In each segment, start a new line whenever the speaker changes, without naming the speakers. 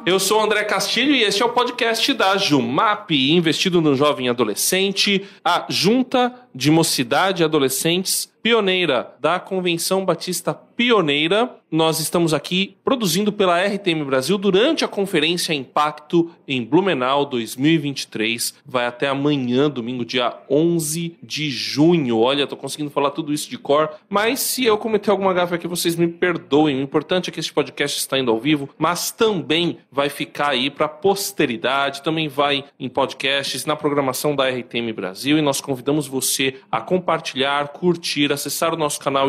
Eu sou o André Castilho e este é o podcast da Jumap, investido no jovem adolescente, a Junta de Mocidade e Adolescentes pioneira da Convenção Batista Pioneira. Nós estamos aqui produzindo pela RTM Brasil durante a Conferência Impacto em Blumenau 2023. Vai até amanhã, domingo, dia 11 de junho. Olha, tô conseguindo falar tudo isso de cor, mas se eu cometer alguma gafe aqui, vocês me perdoem. O importante é que este podcast está indo ao vivo, mas também vai ficar aí para posteridade, também vai em podcasts, na programação da RTM Brasil, e nós convidamos você a compartilhar, curtir, acessar o nosso canal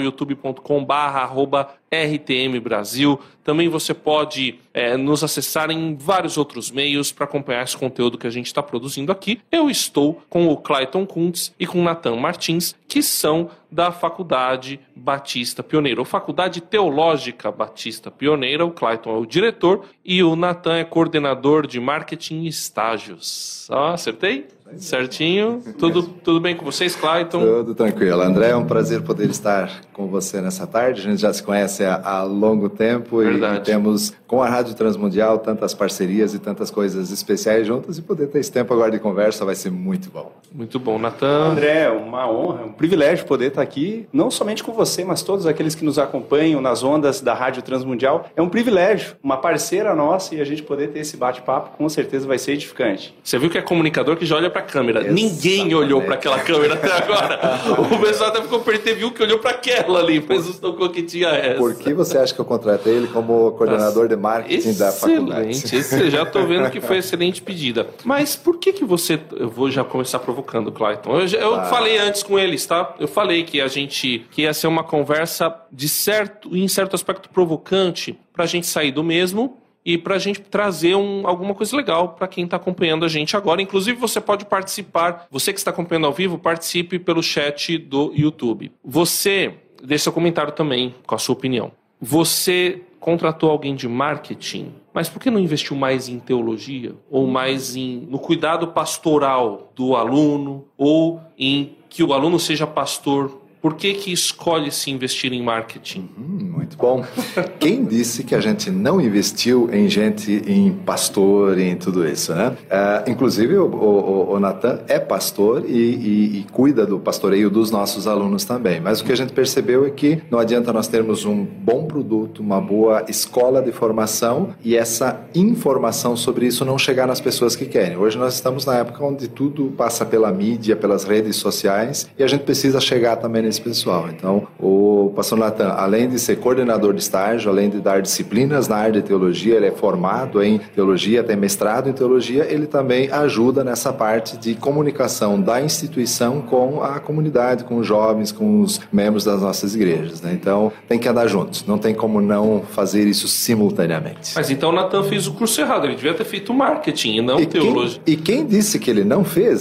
youtube.com/RTM Brasil. Também você pode nos acessar em vários outros meios para acompanhar esse conteúdo que a gente está produzindo aqui. Eu estou com o Clayton Kuntz e com o Nathan Martins, que são da Faculdade Batista Pioneira, ou Faculdade Teológica Batista Pioneira. O Clayton é o diretor e o Nathan é coordenador de marketing e estágios. Acertei? Certinho? Tudo bem com vocês, Clayton?
Tudo tranquilo. André, é um prazer poder estar com você nessa tarde. A gente já se conhece há longo tempo e temos com a Rádio Transmundial tantas parcerias e tantas coisas especiais juntas, e poder ter esse tempo agora de conversa vai ser muito bom.
Muito bom, Nathan.
André, é uma honra, um privilégio poder estar aqui, não somente com você, mas todos aqueles que nos acompanham nas ondas da Rádio Transmundial. É um privilégio, uma parceira nossa, e a gente poder ter esse bate-papo com certeza vai ser edificante.
Você viu que é comunicador que já olha para a câmera. Exatamente. Ninguém olhou para aquela câmera até agora. O pessoal até ficou perdido, viu que olhou para aquela ali, mas não tocou que tinha essa.
Por que você acha que eu contratei ele como coordenador de marketing da faculdade?
Excelente, já estou vendo que foi excelente pedida. Mas por que você... Eu vou já começar provocando, Clayton. Eu falei antes com eles, tá? Eu falei que que ia ser uma conversa em certo aspecto provocante, para a gente sair do mesmo e para a gente trazer alguma coisa legal para quem está acompanhando a gente agora. Inclusive, você pode participar, você que está acompanhando ao vivo, participe pelo chat do YouTube. Você, deixe seu comentário também com a sua opinião. Você contratou alguém de marketing, mas por que não investiu mais em teologia? Ou mais no cuidado pastoral do aluno? Ou em que o aluno seja pastor? Por que escolhe se investir em marketing?
Muito bom. Quem disse que a gente não investiu em pastor, em tudo isso, né? Inclusive, o Nathan é pastor e cuida do pastoreio dos nossos alunos também. Mas o que a gente percebeu é que não adianta nós termos um bom produto, uma boa escola de formação e essa informação sobre isso não chegar nas pessoas que querem. Hoje nós estamos na época onde tudo passa pela mídia, pelas redes sociais, e a gente precisa chegar também nesse pessoal. Então, o pastor Nathan, além de ser coordenador de estágio, além de dar disciplinas na área de teologia, ele é formado em teologia, tem mestrado em teologia, ele também ajuda nessa parte de comunicação da instituição com a comunidade, com os jovens, com os membros das nossas igrejas, né? Então, tem que andar juntos, não tem como não fazer isso simultaneamente.
Mas então o Nathan fez o curso errado, ele devia ter feito marketing e não teologia.
E quem disse que ele não fez?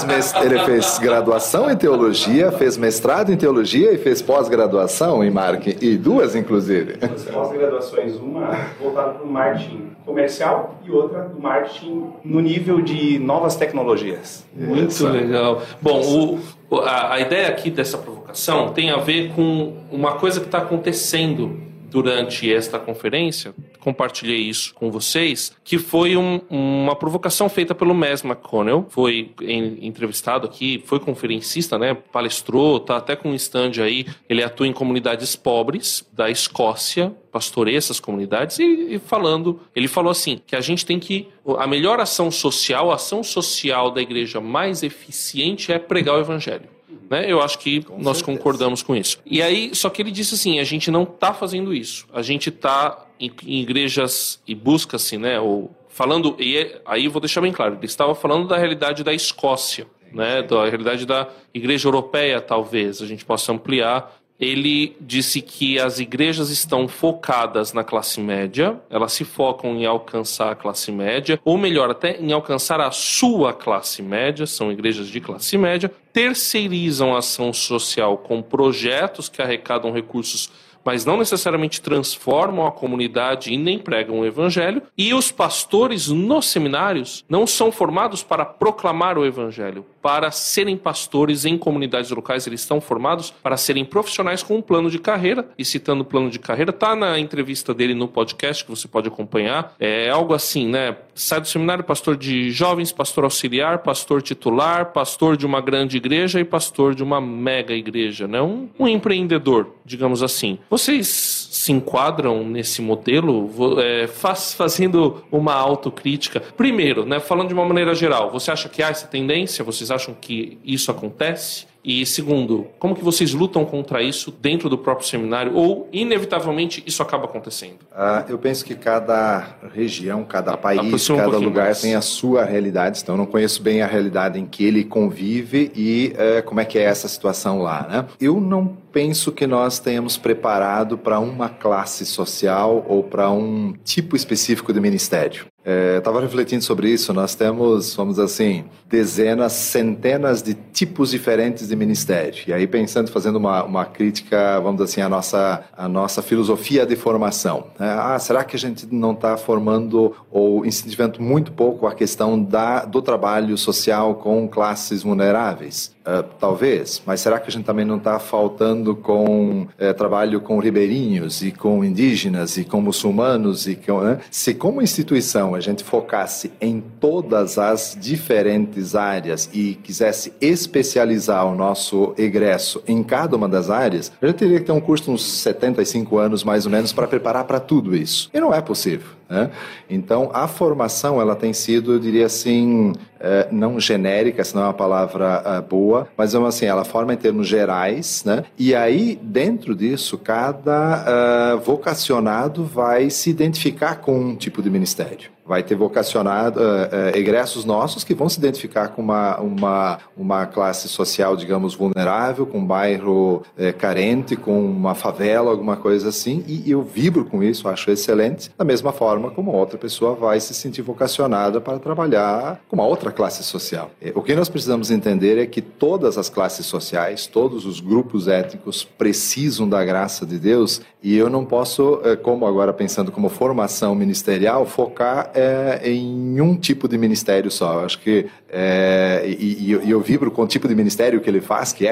Ele fez graduação em teologia, fez mestrado em teologia e fez pós-graduação em marketing, e duas inclusive.
As pós-graduações, uma voltada para o marketing comercial e outra do marketing no nível de novas tecnologias.
Muito legal. Bom, a ideia aqui dessa provocação tem a ver com uma coisa que está acontecendo durante esta conferência. Compartilhei isso com vocês, que foi uma provocação feita pelo Mads McConnell, foi entrevistado aqui, foi conferencista, né, palestrou, tá até com um stand aí, ele atua em comunidades pobres da Escócia, pastoreia essas comunidades, e ele falou assim, que a gente tem a melhor ação social, a ação social da igreja mais eficiente é pregar o evangelho. Né? Eu acho que nós concordamos com isso. E aí, só que ele disse assim, a gente não está fazendo isso. A gente está em igrejas e busca-se, né? Ou falando, e aí eu vou deixar bem claro, ele estava falando da realidade da Escócia, né? Da realidade da igreja europeia, talvez, a gente possa ampliar. Ele disse que as igrejas estão focadas na classe média, elas se focam em alcançar a classe média, ou melhor, até em alcançar a sua classe média, são igrejas de classe média, terceirizam a ação social com projetos que arrecadam recursos, mas não necessariamente transformam a comunidade e nem pregam o evangelho, e os pastores nos seminários não são formados para proclamar o evangelho, para serem pastores em comunidades locais. Eles estão formados para serem profissionais com um plano de carreira. E citando o plano de carreira, está na entrevista dele no podcast, que você pode acompanhar. É algo assim, né? Sai do seminário, pastor de jovens, pastor auxiliar, pastor titular, pastor de uma grande igreja e pastor de uma mega igreja, né? Um empreendedor, digamos assim. Vocês se enquadram nesse modelo, fazendo uma autocrítica? Primeiro, né, falando de uma maneira geral, você acha que há essa tendência? Vocês acham que isso acontece? E segundo, como que vocês lutam contra isso dentro do próprio seminário? Ou, inevitavelmente, isso acaba acontecendo?
Eu penso que cada região, cada país, cada lugar tem a sua realidade. Então, eu não conheço bem a realidade em que ele convive e como é que é essa situação lá, né? Eu não penso que nós tenhamos preparado para uma classe social ou para um tipo específico de ministério. Estava refletindo sobre isso. Nós temos, vamos assim, dezenas, centenas de tipos diferentes de ministério. E aí pensando, fazendo uma crítica, vamos assim, à nossa filosofia de formação. Será que a gente não está formando ou incentivando muito pouco a questão do trabalho social com classes vulneráveis? Talvez, mas será que a gente também não está faltando com trabalho com ribeirinhos e com indígenas e com muçulmanos? Se como instituição a gente focasse em todas as diferentes áreas e quisesse especializar o nosso egresso em cada uma das áreas, a gente teria que ter um curso de uns 75 anos mais ou menos para preparar para tudo isso. E não é possível, né? Então, a formação ela tem sido, eu diria assim, não genérica, essa não é uma palavra boa, mas assim, ela forma em termos gerais, né? E aí, dentro disso, cada vocacionado vai se identificar com um tipo de ministério. Vai ter vocacionado, egressos nossos que vão se identificar com uma classe social, digamos, vulnerável, com um bairro carente, com uma favela, alguma coisa assim, e eu vibro com isso, acho excelente, da mesma forma como outra pessoa vai se sentir vocacionada para trabalhar com uma outra classe social. O que nós precisamos entender é que todas as classes sociais, todos os grupos étnicos precisam da graça de Deus, e eu não posso, como agora pensando como formação ministerial, focar em um tipo de ministério só. Eu acho que eu vibro com o tipo de ministério que ele faz, que é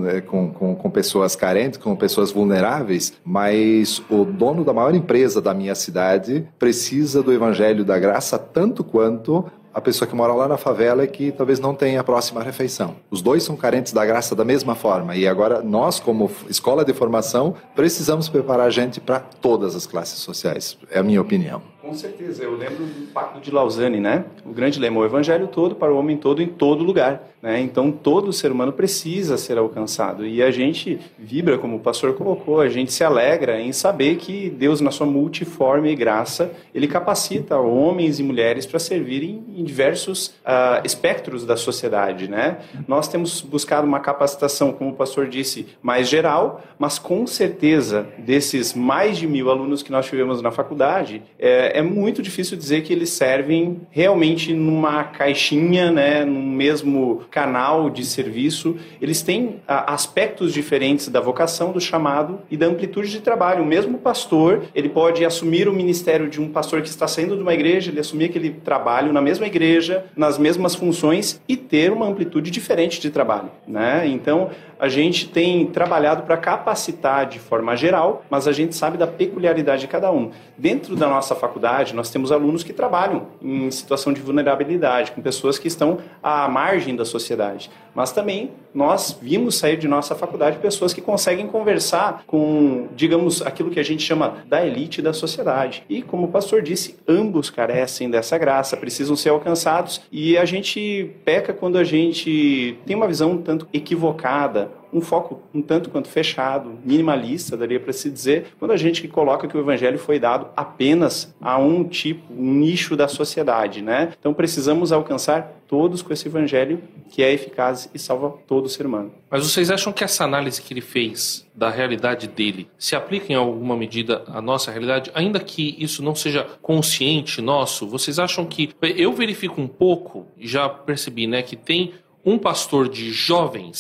com pessoas carentes, com pessoas vulneráveis, mas o dono da maior empresa da minha cidade precisa do evangelho da graça tanto quanto a pessoa que mora lá na favela e que talvez não tenha a próxima refeição. Os dois são carentes da graça da mesma forma. E agora nós, como escola de formação, precisamos preparar a gente para todas as classes sociais. É a minha opinião.
Com certeza. Eu lembro do Pacto de Lausanne, né? O grande lema, o evangelho todo para o homem todo em todo lugar, né? Então, todo ser humano precisa ser alcançado. E a gente vibra, como o pastor colocou, a gente se alegra em saber que Deus, na sua multiforme graça, Ele capacita homens e mulheres para servirem em diversos espectros da sociedade, né? Nós temos buscado uma capacitação, como o pastor disse, mais geral, mas com certeza, desses mais de 1.000 alunos que nós tivemos na faculdade, é muito difícil dizer que eles servem realmente numa caixinha, né, num mesmo canal de serviço. Eles têm aspectos diferentes da vocação, do chamado e da amplitude de trabalho. O mesmo pastor, ele pode assumir o ministério de um pastor que está saindo de uma igreja, ele assumir aquele trabalho na mesma igreja, nas mesmas funções e ter uma amplitude diferente de trabalho, né? Então, a gente tem trabalhado para capacitar de forma geral, mas a gente sabe da peculiaridade de cada um. Dentro da nossa faculdade, nós temos alunos que trabalham em situação de vulnerabilidade, com pessoas que estão à margem da sociedade. Mas também nós vimos sair de nossa faculdade pessoas que conseguem conversar com, digamos, aquilo que a gente chama da elite da sociedade. E, como o pastor disse, ambos carecem dessa graça, precisam ser alcançados. E a gente peca quando a gente tem uma visão um tanto equivocada, um foco um tanto quanto fechado, minimalista, daria para se dizer, quando a gente coloca que o evangelho foi dado apenas a um tipo, um nicho da sociedade, né? Então precisamos alcançar todos com esse evangelho que é eficaz e salva todo ser humano.
Mas vocês acham que essa análise que ele fez da realidade dele se aplica em alguma medida à nossa realidade? Ainda que isso não seja consciente nosso, vocês acham que... Eu verifico um pouco, e já percebi, né, que tem um pastor de jovens.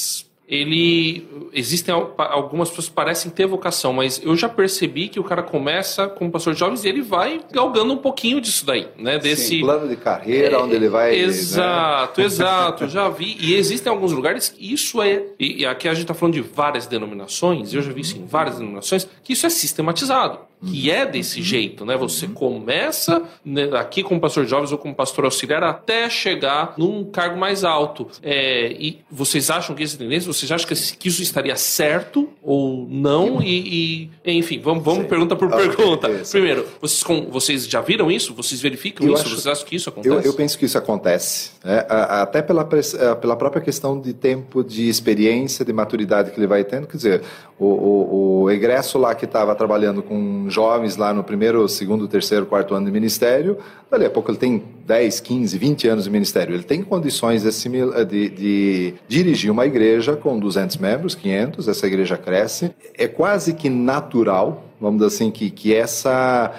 existem algumas pessoas que parecem ter vocação, mas eu já percebi que o cara começa como pastor de jovens e ele vai galgando um pouquinho disso daí, né?
Sim, plano de carreira, onde ele vai...
Exato, exato, já vi. E existem alguns lugares que isso e aqui a gente está falando de várias denominações, eu já vi isso em várias denominações, que isso é sistematizado. Que é desse jeito, né? Você começa, né, aqui como pastor de jovens ou como pastor auxiliar até chegar num cargo mais alto. E vocês acham que essa tendência, vocês acham que isso estaria certo ou não? Enfim, vamos pergunta por pergunta. Primeiro, vocês já viram isso? Vocês verificam isso? Vocês acham que isso acontece?
Eu penso que isso acontece, né? Até pela própria questão de tempo de experiência, de maturidade que ele vai tendo. Quer dizer, o egresso lá que estava trabalhando com jovens lá no primeiro, segundo, terceiro, quarto ano de ministério, dali a pouco ele tem 10, 15, 20 anos de ministério. Ele tem condições de dirigir uma igreja com 200 membros, 500, essa igreja cresce. É quase que natural, vamos dizer assim, que essa,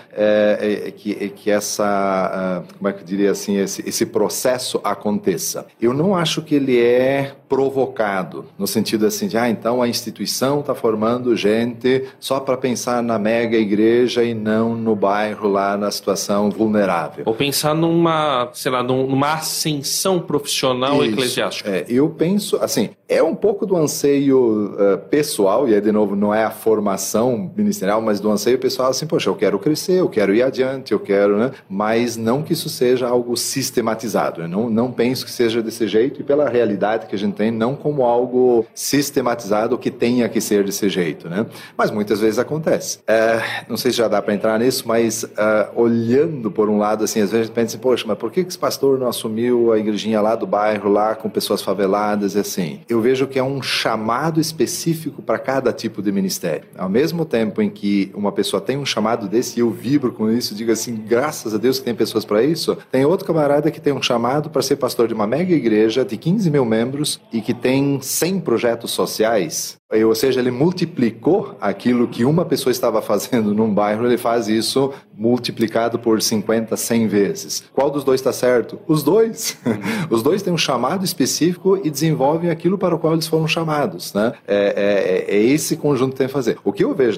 como é que eu diria assim, esse processo aconteça. Eu não acho que ele é provocado, no sentido assim de, então a instituição está formando gente só para pensar na mega igreja e não no bairro lá, na situação vulnerável.
Ou pensar numa ascensão profissional eclesiástica.
Eu penso, assim, é um pouco do anseio pessoal, e aí de novo não é a formação ministerial, mas do anseio pessoal, assim, poxa, eu quero crescer, eu quero ir adiante, eu quero, né? Mas não que isso seja algo sistematizado. Eu não penso que seja desse jeito, e pela realidade que a gente tem, não como algo sistematizado que tenha que ser desse jeito, né? Mas muitas vezes acontece. Não sei se já dá para entrar nisso, mas olhando por um lado, assim, às vezes a gente pensa assim, poxa, mas por que esse pastor não assumiu a igrejinha lá do bairro, lá com pessoas faveladas e assim? Eu vejo que é um chamado específico para cada tipo de ministério. Ao mesmo tempo em que uma pessoa tem um chamado desse, e eu vibro com isso, digo assim, graças a Deus que tem pessoas para isso, tem outro camarada que tem um chamado para ser pastor de uma mega igreja de 15 mil membros e que tem 100 projetos sociais, ou seja, ele multiplicou aquilo que uma pessoa estava fazendo num bairro, ele faz isso multiplicado por 50, 100 vezes. Qual dos dois está certo? Os dois. Os dois têm um chamado específico e desenvolvem aquilo para o qual eles foram chamados, né? É esse conjunto que tem que fazer. O que eu vejo,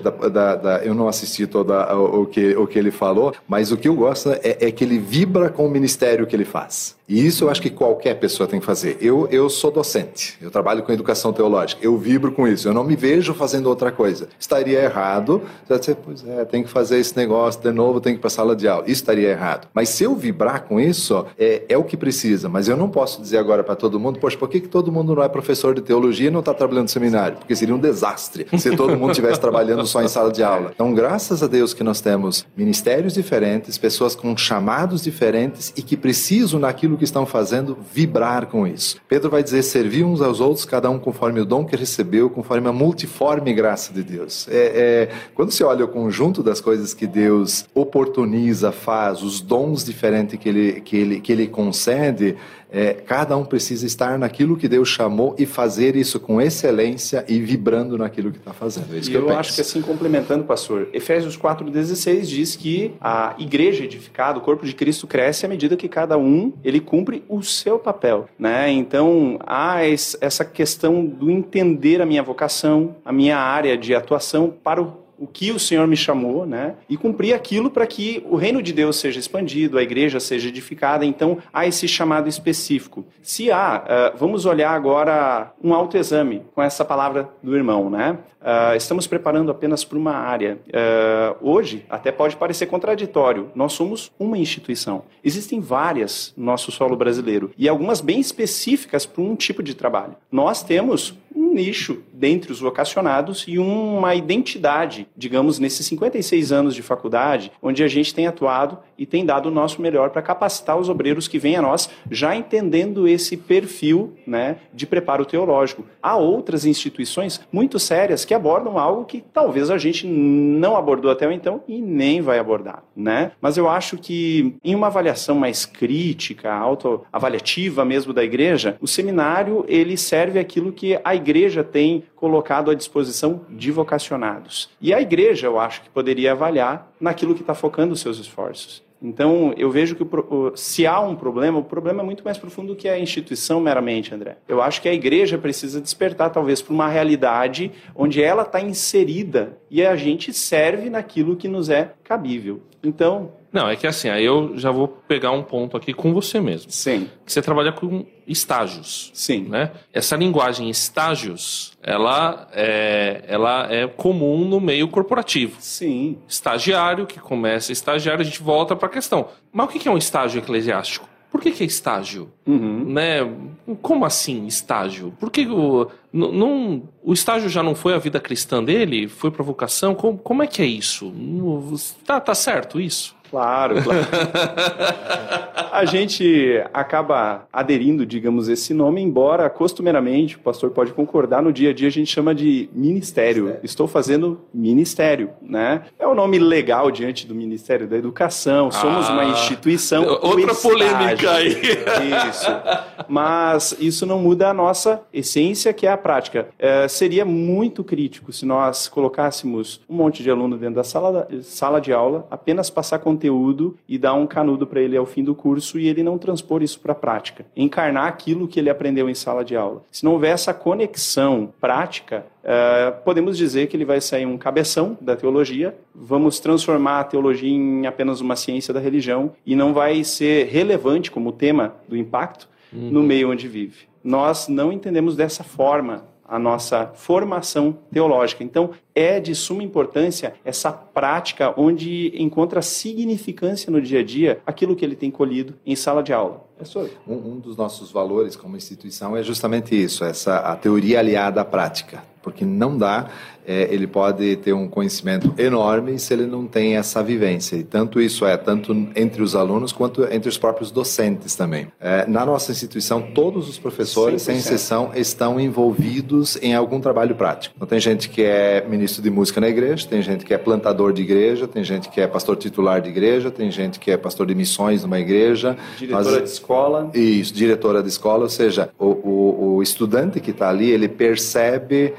eu não assisti todo o que ele falou, mas o que eu gosto é que ele vibra com o ministério que ele faz. E isso eu acho que qualquer pessoa tem que fazer. Eu sou docente, eu trabalho com educação teológica, eu vibro com isso, eu não me vejo fazendo outra coisa. Estaria errado, já dizer, pois tem que fazer esse negócio de novo, tem que ir para a sala de aula. Isso estaria errado. Mas se eu vibrar com isso, é o que precisa. Mas eu não posso dizer agora para todo mundo, poxa, por que todo mundo não é professor de teologia e não está trabalhando no seminário? Porque seria um desastre se todo mundo estivesse trabalhando só em sala de aula. Então, graças a Deus que nós temos ministérios diferentes, pessoas com chamados diferentes e que precisam naquilo que estão fazendo vibrar com isso. Pedro vai dizer, servir uns aos outros, cada um conforme o dom que recebeu, conforme a multiforme graça de Deus. Quando você olha o conjunto das coisas que Deus oportuniza, faz, os dons diferentes que ele concede, cada um precisa estar naquilo que Deus chamou e fazer isso com excelência e vibrando naquilo que está fazendo. É isso que eu penso.
Acho que assim, complementando, pastor, Efésios 4,16 diz que a igreja edificada, o corpo de Cristo cresce à medida que cada um, ele cumpre o seu papel, né? Então, há essa questão do entender a minha vocação, a minha área de atuação para o que o Senhor me chamou, né? E cumprir aquilo para que o reino de Deus seja expandido, a igreja seja edificada. Então, há esse chamado específico. Se vamos olhar agora um autoexame com essa palavra do irmão, né? Estamos preparando apenas para uma área. Hoje, até pode parecer contraditório, nós somos uma instituição. Existem várias no nosso solo brasileiro e algumas bem específicas para um tipo de trabalho. Nós temos um nicho dentre os vocacionados e uma identidade, digamos, nesses 56 anos de faculdade, onde a gente tem atuado e tem dado o nosso melhor para capacitar os obreiros que vêm a nós, já entendendo esse perfil, né, de preparo teológico. Há outras instituições muito sérias que abordam algo que talvez a gente não abordou até então e nem vai abordar, né? Mas eu acho que em uma avaliação mais crítica, autoavaliativa mesmo da igreja, o seminário ele serve aquilo que a igreja tem colocado à disposição de vocacionados. E a igreja, eu acho que poderia avaliar naquilo que está focando os seus esforços. Então, eu vejo que se há um problema, o problema é muito mais profundo que a instituição meramente, André. Eu acho que a igreja precisa despertar, talvez, para uma realidade onde ela está inserida e a gente serve naquilo que nos é cabível. Então...
Não, é que assim, aí eu já vou pegar um ponto aqui com você mesmo.
Sim.
Que você trabalha com estágios.
Sim.
Né? Essa linguagem estágios, ela é comum no meio corporativo.
Sim.
Estagiário, que começa estagiário, a gente volta para a questão. Mas o que é um estágio eclesiástico? Por que é estágio? Né? Como assim estágio? Por que o estágio já não foi a vida cristã dele? Foi para vocação? Como é que é isso? Tá certo isso?
Claro. A gente acaba aderindo, digamos, esse nome, embora costumeiramente, o pastor pode concordar, no dia a dia a gente chama de ministério. Estou fazendo ministério, né? É o nome legal diante do Ministério da Educação, somos uma instituição.
Outra polêmica aí.
Isso. Mas isso não muda a nossa essência, que é a prática. Seria muito crítico se nós colocássemos um monte de aluno dentro da sala de aula, apenas passar conteúdo e dar um canudo para ele ao fim do curso e ele não transpor isso para a prática. Encarnar aquilo que ele aprendeu em sala de aula. Se não houver essa conexão prática, podemos dizer que ele vai sair um cabeção da teologia, vamos transformar a teologia em apenas uma ciência da religião e não vai ser relevante como tema do impacto no meio onde vive. Nós não entendemos dessa forma a nossa formação teológica. Então, é de suma importância essa prática onde encontra significância no dia a dia aquilo que ele tem colhido em sala de aula.
Um dos nossos valores como instituição é justamente isso, a teoria aliada à prática, porque não dá, ele pode ter um conhecimento enorme se ele não tem essa vivência, e tanto entre os alunos quanto entre os próprios docentes também. Na nossa instituição, todos os professores, 100%. Sem exceção, estão envolvidos em algum trabalho prático. Então, tem gente que é ministro de música na igreja, tem gente que é plantador de igreja, tem gente que é pastor titular de igreja, tem gente que é pastor de missões numa igreja.
Diretora de escola.
Isso, diretora de escola, ou seja, o estudante que está ali, ele percebe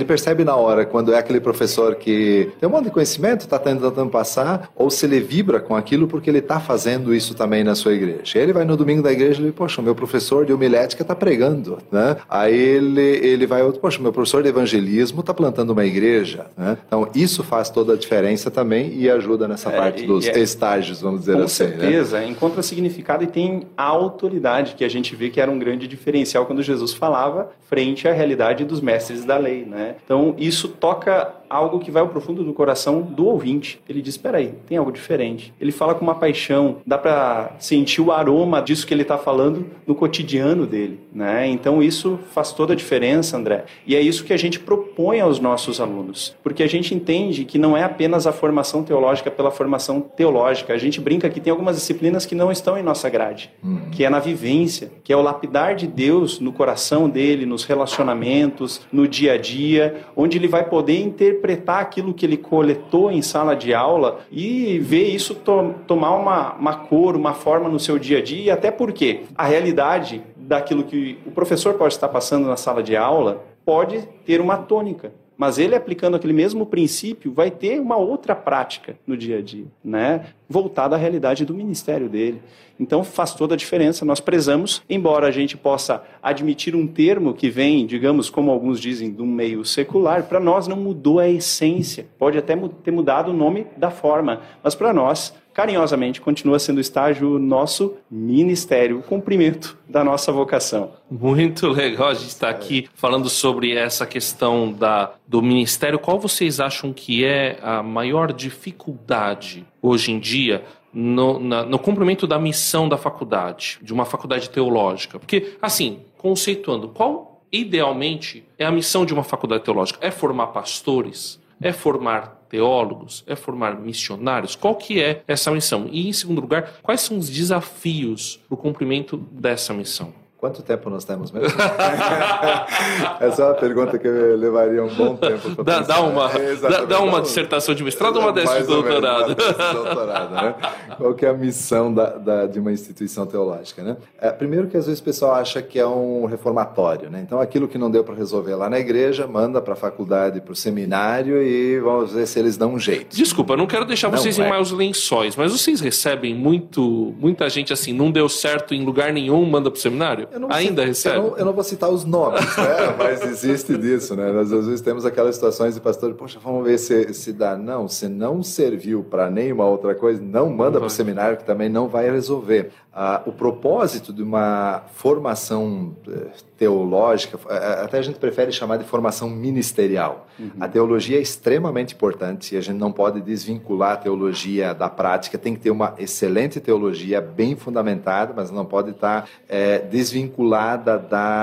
na hora, quando é aquele professor que tem um monte de conhecimento, está tentando passar, ou se ele vibra com aquilo porque ele está fazendo isso também na sua igreja. Ele vai no domingo da igreja e ele, poxa, o meu professor de homilética está pregando, né? Aí ele vai, poxa, o meu professor de evangelismo está plantando uma igreja, né? Então, isso faz toda a diferença também e ajuda nessa parte dos estágios, vamos dizer assim.
Com certeza, né? Encontra significado e tem autoridade, que a gente vê que era um grande diferencial quando Jesus falava frente à realidade dos mestres da lei, né? Então, isso toca algo que vai ao profundo do coração do ouvinte. Ele diz, espera aí, tem algo diferente. Ele fala com uma paixão, dá para sentir o aroma disso que ele está falando no cotidiano dele, né? Então, isso faz toda a diferença, André. E é isso que a gente propõe aos nossos alunos, porque a gente entende que não é apenas a formação teológica pela formação teológica. A gente brinca que tem algumas disciplinas que não estão em nossa grade, que é na vivência, que é o lapidar de Deus no coração dele, nos relacionamentos, no dia a dia, onde ele vai poder interpretar aquilo que ele coletou em sala de aula e ver isso tomar uma cor, uma forma no seu dia a dia, e até porque a realidade daquilo que o professor pode estar passando na sala de aula pode ter uma tônica. Mas ele, aplicando aquele mesmo princípio, vai ter uma outra prática no dia a dia, né? Voltada à realidade do ministério dele. Então, faz toda a diferença. Nós prezamos, embora a gente possa admitir um termo que vem, digamos, como alguns dizem, de um meio secular, para nós não mudou a essência. Pode até ter mudado o nome da forma, mas para nós, carinhosamente, continua sendo o estágio nosso ministério, o cumprimento da nossa vocação.
Muito legal a gente estar aqui falando sobre essa questão do ministério. Qual vocês acham que é a maior dificuldade hoje em dia no cumprimento da missão da faculdade, de uma faculdade teológica? Porque, assim, conceituando, qual idealmente é a missão de uma faculdade teológica? É formar pastores? É formar teólogos? É formar missionários? Qual que é essa missão? E, em segundo lugar, quais são os desafios para o cumprimento dessa missão?
Quanto tempo nós temos mesmo? Essa é uma pergunta que levaria um bom tempo para
dá uma dissertação de mestrado ou uma tese de doutorado?
Né? Qual que é a missão de uma instituição teológica? Né? Primeiro que às vezes o pessoal acha que é um reformatório. Né? Então aquilo que não deu para resolver lá na igreja, manda para a faculdade, para o seminário e vamos ver se eles dão um jeito.
Desculpa, não quero deixar vocês em maus lençóis, mas vocês recebem muita gente assim, não deu certo em lugar nenhum, manda para o seminário? Ainda recebe?
Eu não vou citar os nomes, né? Mas existe disso, né? Nós às vezes temos aquelas situações de pastor, poxa, vamos ver se dá. Não, se não serviu para nenhuma outra coisa, não manda para o seminário, que também não vai resolver. O propósito de uma formação teológica, até a gente prefere chamar de formação ministerial. A teologia é extremamente importante e a gente não pode desvincular a teologia da prática, tem que ter uma excelente teologia, bem fundamentada, mas não pode estar desvinculada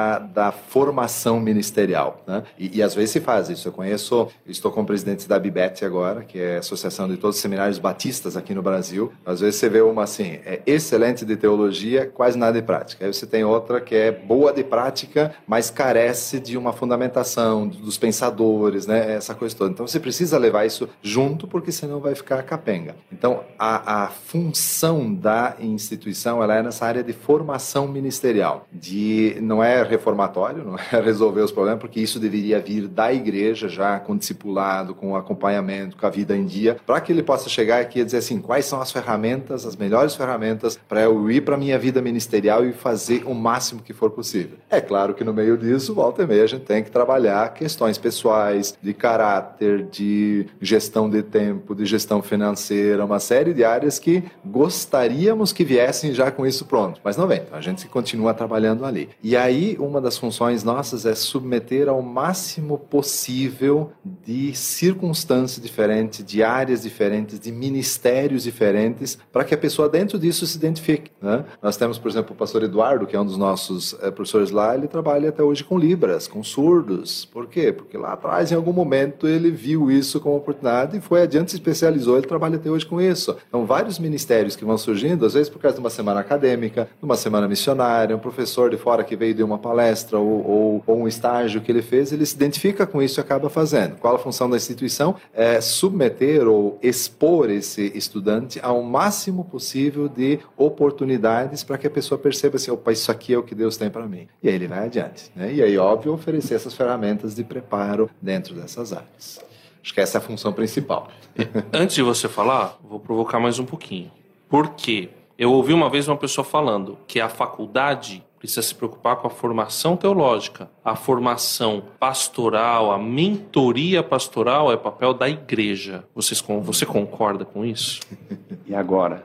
da formação ministerial. Né? E às vezes se faz isso. Estou como presidente da Bibete agora, que é a Associação de Todos os Seminários Batistas aqui no Brasil. Às vezes você vê uma assim, excelente de teologia, quase nada de prática. Aí você tem outra que é boa de prática, mas carece de uma fundamentação dos pensadores, né? Essa coisa toda. Então você precisa levar isso junto, porque senão vai ficar capenga. Então a função da instituição ela é nessa área de formação ministerial. Não é reformatório, não é resolver os problemas, porque isso deveria vir da igreja já com discipulado, com acompanhamento, com a vida em dia, para que ele possa chegar aqui e dizer assim, quais são as ferramentas, as melhores ferramentas para eu ir para a minha vida ministerial e fazer o máximo que for possível. É claro que no meio disso, volta e meia, a gente tem que trabalhar questões pessoais, de caráter, de gestão de tempo, de gestão financeira, uma série de áreas que gostaríamos que viessem já com isso pronto, mas não vem. Então a gente continua trabalhando ali. E aí, uma das funções nossas é submeter ao máximo possível de circunstâncias diferentes, de áreas diferentes, de ministérios diferentes, para que a pessoa dentro disso se identifique. Né? Nós temos, por exemplo, o pastor Eduardo, que é um dos nossos professores lá, ele trabalha até hoje com Libras, com surdos. Por quê? Porque lá atrás, em algum momento, ele viu isso como oportunidade e foi adiante, se especializou, ele trabalha até hoje com isso. Então, vários ministérios que vão surgindo, às vezes por causa de uma semana acadêmica, de uma semana missionária, um professor de fora que veio de uma palestra ou um estágio que ele fez, ele se identifica com isso e acaba fazendo. Qual a função da instituição? É submeter ou expor esse estudante ao máximo possível de oportunidades para que a pessoa perceba assim, opa, isso aqui é o que Deus tem para mim. E aí ele vai adiante. Né? E aí, óbvio, oferecer essas ferramentas de preparo dentro dessas áreas. Acho que essa é a função principal.
Antes de você falar, vou provocar mais um pouquinho. Por quê? Eu ouvi uma vez uma pessoa falando que a faculdade precisa se preocupar com a formação teológica, a formação pastoral, a mentoria pastoral é papel da igreja. Você concorda com isso?
E agora?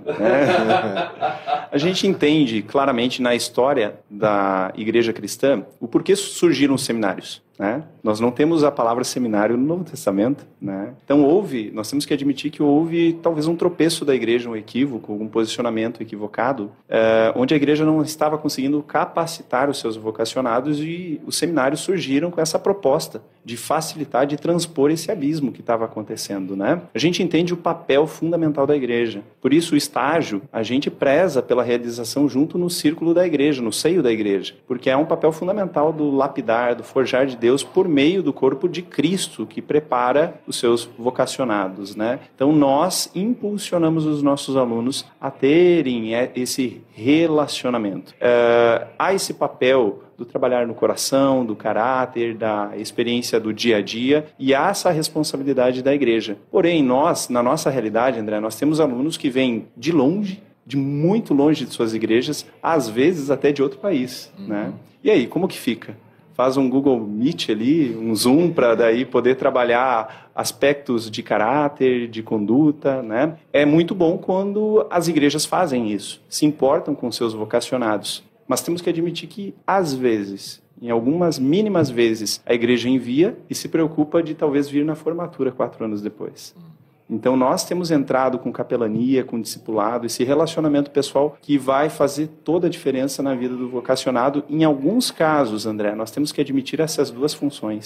A gente entende claramente na história da igreja cristã o porquê surgiram os seminários. Né? Nós não temos a palavra seminário no Novo Testamento. Né? Então nós temos que admitir que houve talvez um tropeço da igreja, um equívoco, um posicionamento equivocado, onde a igreja não estava conseguindo capacitar os seus vocacionados e os seminários surgiram com essa proposta de facilitar, de transpor esse abismo que estava acontecendo. Né? A gente entende o papel fundamental da igreja. Por isso o estágio, a gente preza pela realização junto no círculo da igreja, no seio da igreja, porque é um papel fundamental do lapidar, do forjar de Deus por meio do corpo de Cristo que prepara os seus vocacionados, né? Então nós impulsionamos os nossos alunos a terem esse relacionamento. Há esse papel do trabalhar no coração, do caráter, da experiência do dia a dia, e há essa responsabilidade da igreja. Porém, nós, na nossa realidade, André, nós temos alunos que vêm de longe, de muito longe de suas igrejas, às vezes até de outro país, né? E aí, como que fica? Faz um Google Meet ali, um Zoom, para daí poder trabalhar aspectos de caráter, de conduta, né? É muito bom quando as igrejas fazem isso, se importam com seus vocacionados. Mas temos que admitir que, às vezes, em algumas mínimas vezes, a igreja envia e se preocupa de talvez vir na formatura 4 anos depois. Então nós temos entrado com capelania, com discipulado, esse relacionamento pessoal que vai fazer toda a diferença na vida do vocacionado. Em alguns casos, André, nós temos que admitir essas duas funções.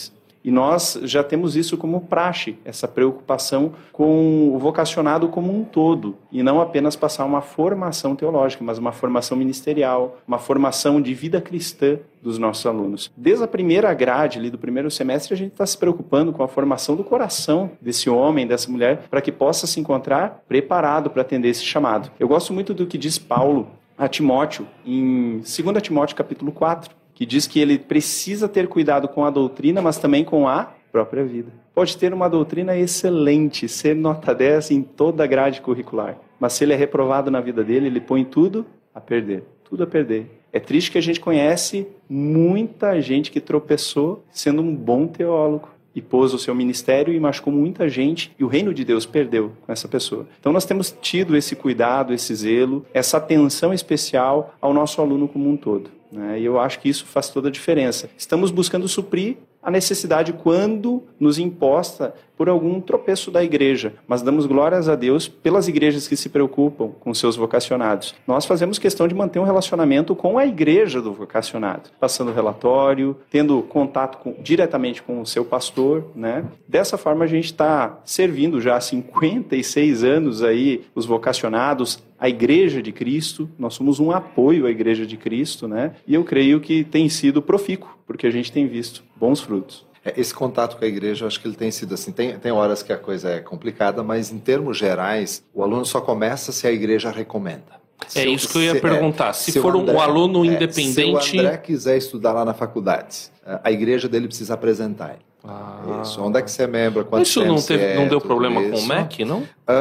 E nós já temos isso como praxe, essa preocupação com o vocacionado como um todo, e não apenas passar uma formação teológica, mas uma formação ministerial, uma formação de vida cristã dos nossos alunos. Desde a primeira grade ali do primeiro semestre, a gente está se preocupando com a formação do coração desse homem, dessa mulher, para que possa se encontrar preparado para atender esse chamado. Eu gosto muito do que diz Paulo a Timóteo, em 2 Timóteo capítulo 4, que diz que ele precisa ter cuidado com a doutrina, mas também com a própria vida. Pode ter uma doutrina excelente, ser nota 10 em toda a grade curricular, mas se ele é reprovado na vida dele, ele põe tudo a perder. Tudo a perder. É triste que a gente conhece muita gente que tropeçou sendo um bom teólogo e pôs o seu ministério e machucou muita gente, e o reino de Deus perdeu com essa pessoa. Então nós temos tido esse cuidado, esse zelo, essa atenção especial ao nosso aluno como um todo, né? E eu acho que isso faz toda a diferença. Estamos buscando suprir a necessidade quando nos imposta por algum tropeço da igreja, mas damos glórias a Deus pelas igrejas que se preocupam com seus vocacionados. Nós fazemos questão de manter um relacionamento com a igreja do vocacionado, passando relatório, tendo contato diretamente com o seu pastor, né? Dessa forma a gente está servindo já há 56 anos aí os vocacionados, a Igreja de Cristo. Nós somos um apoio à Igreja de Cristo, né? E eu creio que tem sido profícuo, porque a gente tem visto bons frutos.
Esse contato com a igreja, eu acho que ele tem sido assim, tem horas que a coisa é complicada, mas em termos gerais, o aluno só começa se a igreja recomenda.
Isso que eu ia perguntar. Se for um aluno independente...
Se o André quiser estudar lá na faculdade, a igreja dele precisa apresentar ele. Isso. Onde é que você é membro? Quanto
isso não deu problema com o MEC, não?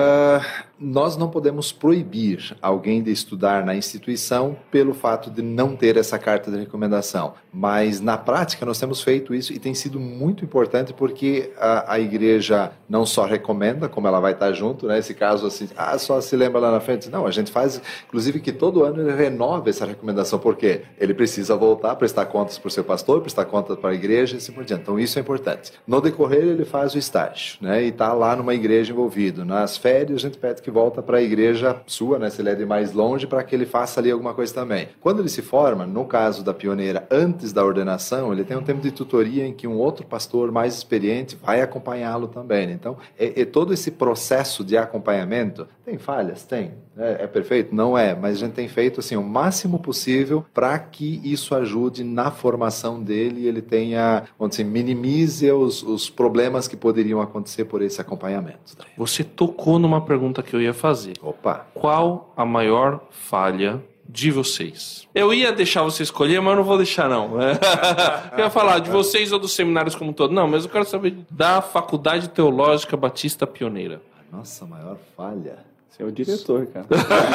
Nós não podemos proibir alguém de estudar na instituição pelo fato de não ter essa carta de recomendação. Mas, na prática, nós temos feito isso e tem sido muito importante porque a igreja não só recomenda, como ela vai estar junto, né? Esse caso, assim, só se lembra lá na frente. Não, a gente faz, inclusive, que todo ano ele renova essa recomendação, porque ele precisa voltar, prestar contas para o seu pastor, prestar contas para a igreja e assim por diante. Então, isso é importante. No decorrer, ele faz o estágio, né? E está lá numa igreja envolvido. Nas férias, a gente pede que volta para a igreja sua, né? Se ele é de mais longe, para que ele faça ali alguma coisa também. Quando ele se forma, no caso da pioneira, antes da ordenação, ele tem um tempo de tutoria em que um outro pastor mais experiente vai acompanhá-lo também. Então, todo esse processo de acompanhamento, tem falhas? Tem. É perfeito? Não é, mas a gente tem feito assim, o máximo possível para que isso ajude na formação dele e ele tenha, vamos dizer, minimize os problemas que poderiam acontecer por esse acompanhamento.
Você tocou numa pergunta que eu ia fazer.
Opa!
Qual a maior falha de vocês? Eu ia deixar você escolher, mas eu não vou deixar, não. Eu ia falar de vocês ou dos seminários como um todo. Não, mas eu quero saber da Faculdade Teológica Batista Pioneira.
Nossa, maior falha...
Você é o diretor, cara.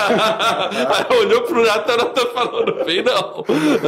Olhou pro Natan, não tá falando bem, não.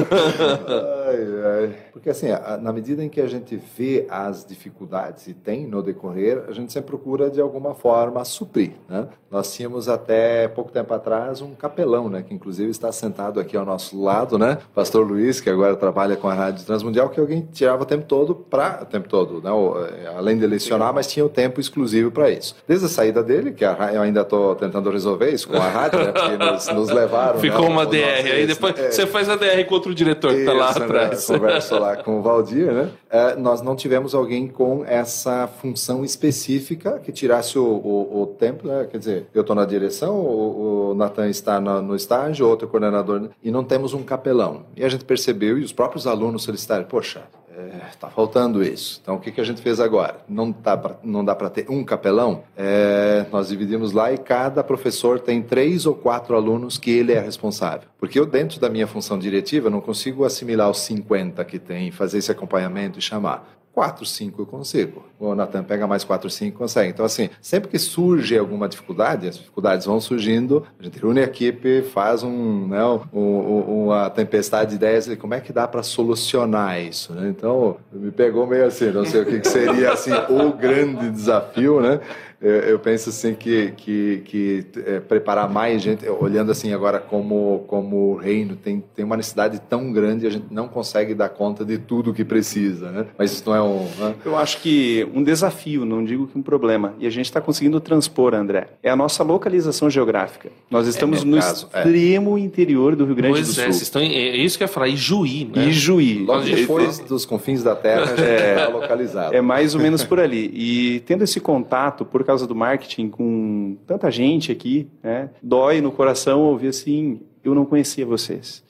Porque assim, na medida em que a gente vê as dificuldades e tem no decorrer, a gente sempre procura de alguma forma suprir, né? Nós tínhamos até pouco tempo atrás um capelão, né? Que inclusive está sentado aqui ao nosso lado, né? Pastor Luiz, que agora trabalha com a Rádio Transmundial, que alguém tirava o tempo todo, né? Além de lecionar, mas tinha o tempo exclusivo para isso. Desde a saída dele, que eu ainda estou tentando resolver isso com a rádio, né? Porque nos levaram...
Ficou, né, uma DR, aí depois você faz a DR com outro diretor que está lá atrás.
Conversa lá com o Valdir, né? Nós não tivemos alguém com essa função específica que tirasse o tempo, né? Quer dizer, eu estou na direção, o Natan está no estágio, outro coordenador, e não temos um capelão. E a gente percebeu, e os próprios alunos solicitaram, poxa, está faltando isso. Então, o que a gente fez agora? Não dá para ter um capelão? Nós dividimos lá e cada professor tem 3 ou 4 alunos que ele é responsável. Porque eu, dentro da minha função diretiva, não consigo assimilar os 50 que tem, fazer esse acompanhamento e chamar. 4, 5 eu consigo. O Natan pega mais 4, 5 consegue. Então, assim, sempre que surge alguma dificuldade, as dificuldades vão surgindo, a gente reúne a equipe, faz uma tempestade de ideias, e como é que dá para solucionar isso, né? Então, me pegou meio assim, não sei o que seria assim, o grande desafio, né? Eu penso assim que preparar mais gente, olhando assim agora como o reino tem uma necessidade tão grande, a gente não consegue dar conta de tudo que precisa, né? Mas isso não é né?
Eu acho que um desafio, não digo que um problema, e a gente está conseguindo transpor, André, é a nossa localização geográfica. Nós estamos no extremo interior do Rio Grande do Sul.
É isso que eu ia falar, Ijuí, né?
Ijuí.
Logo depois dos confins da Terra já está localizado.
É mais ou menos por ali. E tendo esse contato, por causa do marketing, com tanta gente aqui, né, dói no coração ouvir assim, eu não conhecia vocês.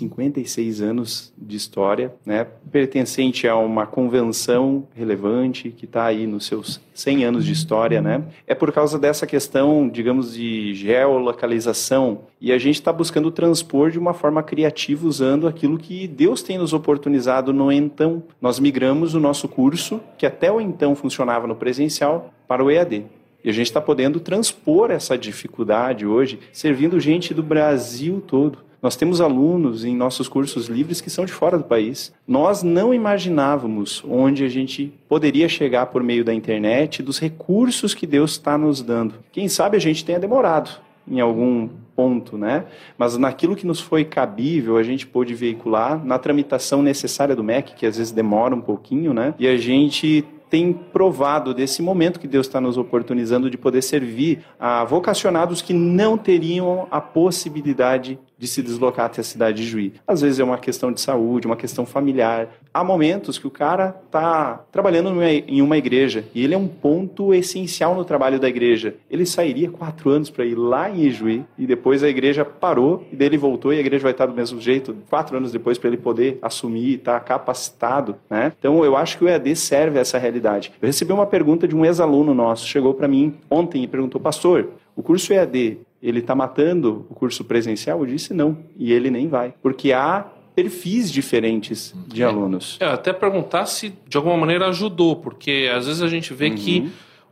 56 anos de história, né, pertencente a uma convenção relevante que está aí nos seus 100 anos de história, né? É por causa dessa questão, digamos, de geolocalização, e a gente está buscando transpor de uma forma criativa usando aquilo que Deus tem nos oportunizado no então. Nós migramos o nosso curso, que até o então funcionava no presencial, para o EAD. E a gente está podendo transpor essa dificuldade hoje, servindo gente do Brasil todo. Nós temos alunos em nossos cursos livres que são de fora do país. Nós não imaginávamos onde a gente poderia chegar por meio da internet, dos recursos que Deus está nos dando. Quem sabe a gente tenha demorado em algum ponto, né? Mas naquilo que nos foi cabível, a gente pôde veicular, na tramitação necessária do MEC, que às vezes demora um pouquinho, né? E a gente tem provado desse momento que Deus está nos oportunizando de poder servir a vocacionados que não teriam a possibilidade de se deslocar até a cidade de Juí. Às vezes é uma questão de saúde, uma questão familiar. Há momentos que o cara está trabalhando em uma igreja e ele é um ponto essencial no trabalho da igreja. Ele sairia 4 anos para ir lá em Ijuí e depois a igreja parou e daí ele voltou e a igreja vai estar do mesmo jeito 4 anos depois para ele poder assumir e estar capacitado, né? Então eu acho que o EAD serve a essa realidade. Eu recebi uma pergunta de um ex-aluno nosso, chegou para mim ontem e perguntou, pastor, o curso EAD, ele está matando o curso presencial? Eu disse não, e ele nem vai, porque há perfis diferentes de alunos.
Até perguntar se de alguma maneira ajudou, porque às vezes a gente vê que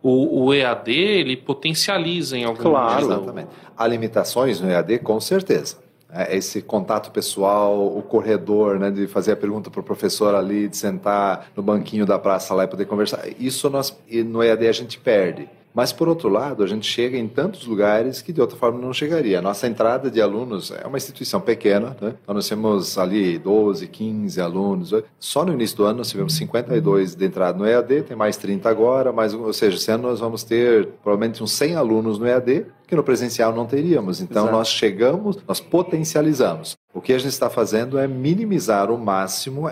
o EAD, ele potencializa em algum
Claro.
Exatamente. Há limitações no EAD, com certeza. Esse contato pessoal, o corredor, né, de fazer a pergunta para o professor ali, de sentar no banquinho da praça lá e poder conversar. Isso no EAD a gente perde. Mas, por outro lado, a gente chega em tantos lugares que de outra forma não chegaria. A nossa entrada de alunos é uma instituição pequena, né? Nós temos ali 12, 15 alunos. Só no início do ano nós tivemos 52 de entrada no EAD, tem mais 30 agora, ou seja, esse ano nós vamos ter provavelmente uns 100 alunos no EAD, que no presencial não teríamos. Então, nós chegamos, nós potencializamos. O que a gente está fazendo é minimizar ao máximo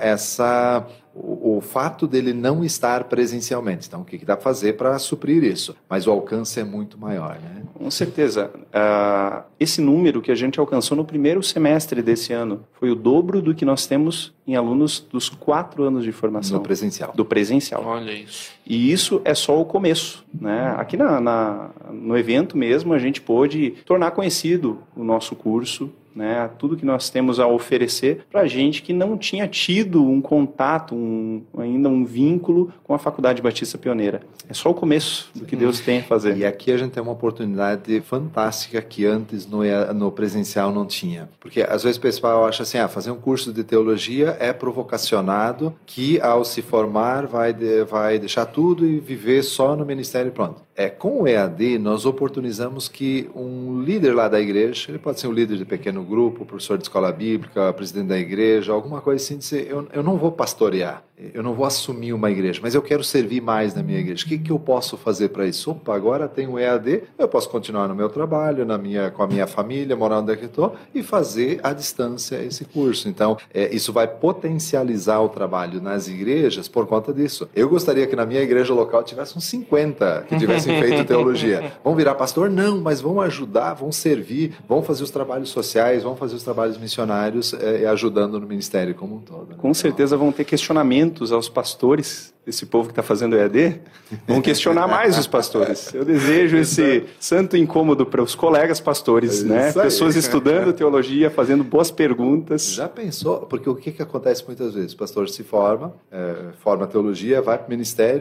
o fato dele não estar presencialmente. Então, o que dá para fazer para suprir isso? Mas o alcance é muito maior, né?
Com certeza. Esse número que a gente alcançou no primeiro semestre desse ano foi o dobro do que nós temos em alunos dos 4 anos de formação.
Do presencial.
Do presencial.
Olha isso.
E isso é só o começo, né? Aqui no evento mesmo, a gente pôde tornar conhecido o nosso curso, né, tudo que nós temos a oferecer para gente que não tinha tido um contato, ainda um vínculo com a Faculdade Batista Pioneira. É só o começo do que Deus tem a fazer.
E aqui a gente tem uma oportunidade fantástica que antes no presencial não tinha. Porque às vezes o pessoal acha assim, fazer um curso de teologia é provocacionado, que ao se formar vai deixar tudo e viver só no ministério e pronto. Com o EAD, nós oportunizamos que um líder lá da igreja, ele pode ser um líder de pequeno grupo, professor de escola bíblica, presidente da igreja, alguma coisa assim, dizer, eu não vou pastorear, eu não vou assumir uma igreja, mas eu quero servir mais na minha igreja. O que eu posso fazer para isso? Opa, agora tem o EAD, eu posso continuar no meu trabalho, com a minha família, morar onde é que eu estou, e fazer à distância esse curso. Então, isso vai potencializar o trabalho nas igrejas por conta disso. Eu gostaria que na minha igreja local tivesse uns 50 que tivessem feito teologia. Vão virar pastor? Não, mas vão ajudar, vão servir, vão fazer os trabalhos sociais, vão fazer os trabalhos missionários ajudando no ministério como um todo. Né?
Com certeza vão ter questionamentos aos pastores, esse povo que está fazendo EAD, vão questionar mais os pastores. Eu desejo esse santo incômodo para os colegas pastores, né? Pessoas estudando teologia, fazendo boas perguntas.
Já pensou? Porque o que acontece muitas vezes? O pastor se forma teologia, vai para o ministério,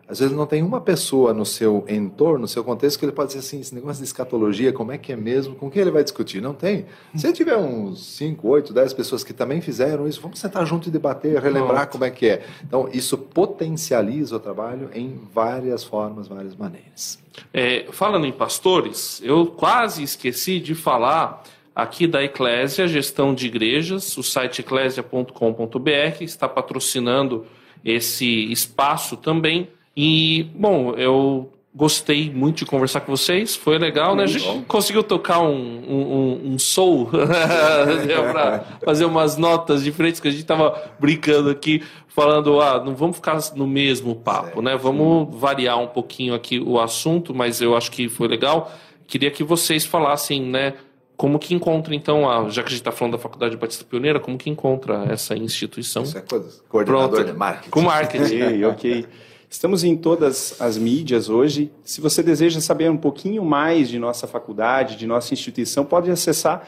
Às vezes não tem uma pessoa no seu entorno, no seu contexto, que ele pode dizer assim, esse negócio de escatologia, como é que é mesmo? Com quem ele vai discutir? Não tem. Se tiver uns 5, 8, 10 pessoas que também fizeram isso, vamos sentar junto e debater, relembrar como é que é. Então, isso potencializa o trabalho em várias formas, várias maneiras.
Falando em pastores, eu quase esqueci de falar aqui da Eclésia, gestão de igrejas, o site eclesia.com.br está patrocinando esse espaço também. E, bom, eu gostei muito de conversar com vocês, foi legal, né? A gente conseguiu tocar um soul para fazer umas notas diferentes, que a gente estava brincando aqui, falando, não vamos ficar no mesmo papo, né? Vamos variar um pouquinho aqui o assunto, mas eu acho que foi legal. Queria que vocês falassem, né? Como que encontra, então, já que a gente está falando da Faculdade Batista Pioneira, como que encontra essa instituição?
Isso é coordenador de marketing.
Com marketing.
Ok. Estamos em todas as mídias hoje. Se você deseja saber um pouquinho mais de nossa faculdade, de nossa instituição, pode acessar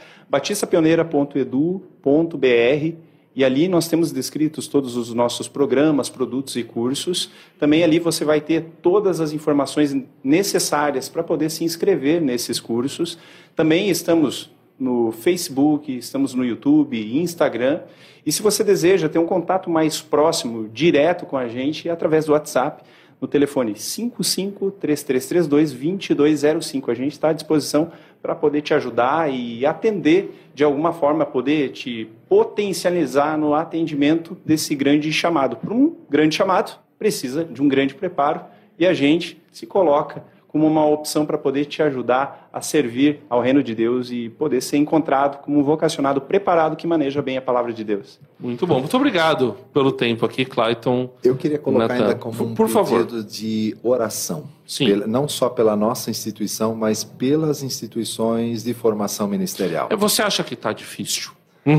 batistapioneira.edu.br e ali nós temos descritos todos os nossos programas, produtos e cursos. Também ali você vai ter todas as informações necessárias para poder se inscrever nesses cursos. Também estamos no Facebook, estamos no YouTube, Instagram. E se você deseja ter um contato mais próximo, direto com a gente, é através do WhatsApp, no telefone 55-3332-2205. A gente está à disposição para poder te ajudar e atender, de alguma forma, poder te potencializar no atendimento desse grande chamado. Para um grande chamado, precisa de um grande preparo e a gente se coloca como uma opção para poder te ajudar a servir ao reino de Deus e poder ser encontrado como um vocacionado preparado que maneja bem a palavra de Deus.
Muito bom. Muito obrigado pelo tempo aqui, Clayton.
Eu queria colocar
Nathan,
ainda como um pedido de oração.
Sim.
Não só pela nossa instituição, mas pelas instituições de formação ministerial.
Você acha que está difícil?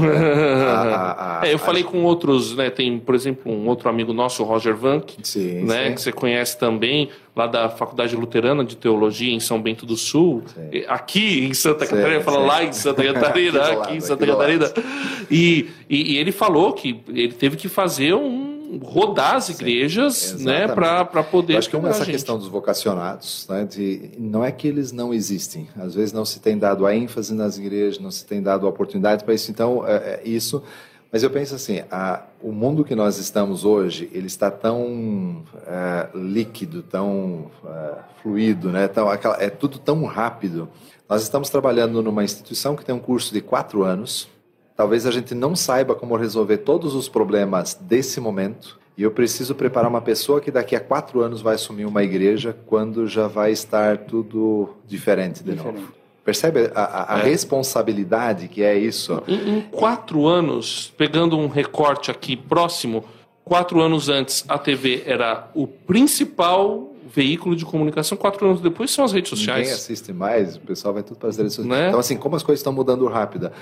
Eu falei com outros, né? Tem, por exemplo, um outro amigo nosso, o Roger Vanck, né? Que você conhece também, lá da Faculdade Luterana de Teologia em São Bento do Sul, aqui em Santa Catarina, fala lá em Santa Catarina, aqui em Santa Catarina. E ele falou que ele teve que fazer rodar as igrejas, né, para poder...
Eu acho que essa questão dos vocacionados, né, não é que eles não existem, às vezes não se tem dado a ênfase nas igrejas, não se tem dado a oportunidade para isso, então isso... Mas eu penso assim, o mundo que nós estamos hoje, ele está tão líquido, tão fluido, né, é tudo tão rápido. Nós estamos trabalhando numa instituição que tem um curso de 4 anos. Talvez a gente não saiba como resolver todos os problemas desse momento. E eu preciso preparar uma pessoa que daqui a 4 anos vai assumir uma igreja quando já vai estar tudo diferente de novo. Percebe a responsabilidade que é isso?
Em 4 anos, pegando um recorte aqui próximo, 4 anos antes a TV era o principal veículo de comunicação, 4 anos depois são as redes sociais.
Ninguém assiste mais, o pessoal vai tudo para as redes sociais. Né? Então, assim, como as coisas estão mudando rápidas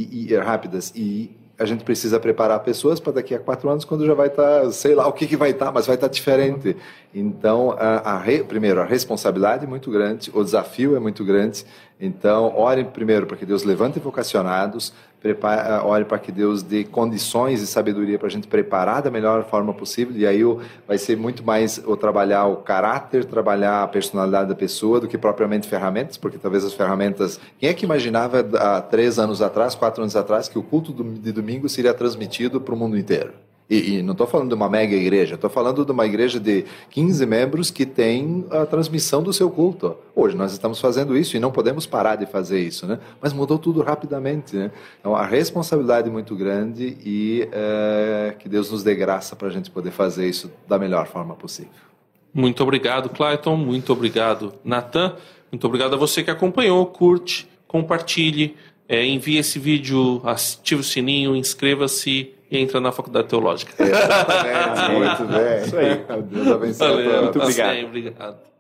e a gente precisa preparar pessoas para daqui a 4 anos, quando já vai estar, sei lá o que vai estar, mas vai estar diferente. Então, primeiro, a responsabilidade é muito grande, o desafio é muito grande. Então, ore primeiro para que Deus levante vocacionados, ore para que Deus dê condições e sabedoria para a gente preparar da melhor forma possível, e aí vai ser muito mais trabalhar o caráter, trabalhar a personalidade da pessoa do que propriamente ferramentas, porque talvez as ferramentas... Quem é que imaginava há 3 anos atrás, 4 anos atrás, que o culto de domingo seria transmitido para o mundo inteiro? E não estou falando de uma mega igreja, estou falando de uma igreja de 15 membros que tem a transmissão do seu culto. Hoje nós estamos fazendo isso e não podemos parar de fazer isso, né? Mas mudou tudo rapidamente, né? Então a responsabilidade é muito grande e que Deus nos dê graça para a gente poder fazer isso da melhor forma possível. Muito obrigado, Clayton. Muito obrigado, Nathan. Muito obrigado a você que acompanhou. Curte, compartilhe, envie esse vídeo, ative o sininho, inscreva-se e entra na Faculdade Teológica. Exatamente, muito bem. Isso aí. Deus abençoe. Valeu, muito obrigado. Obrigado.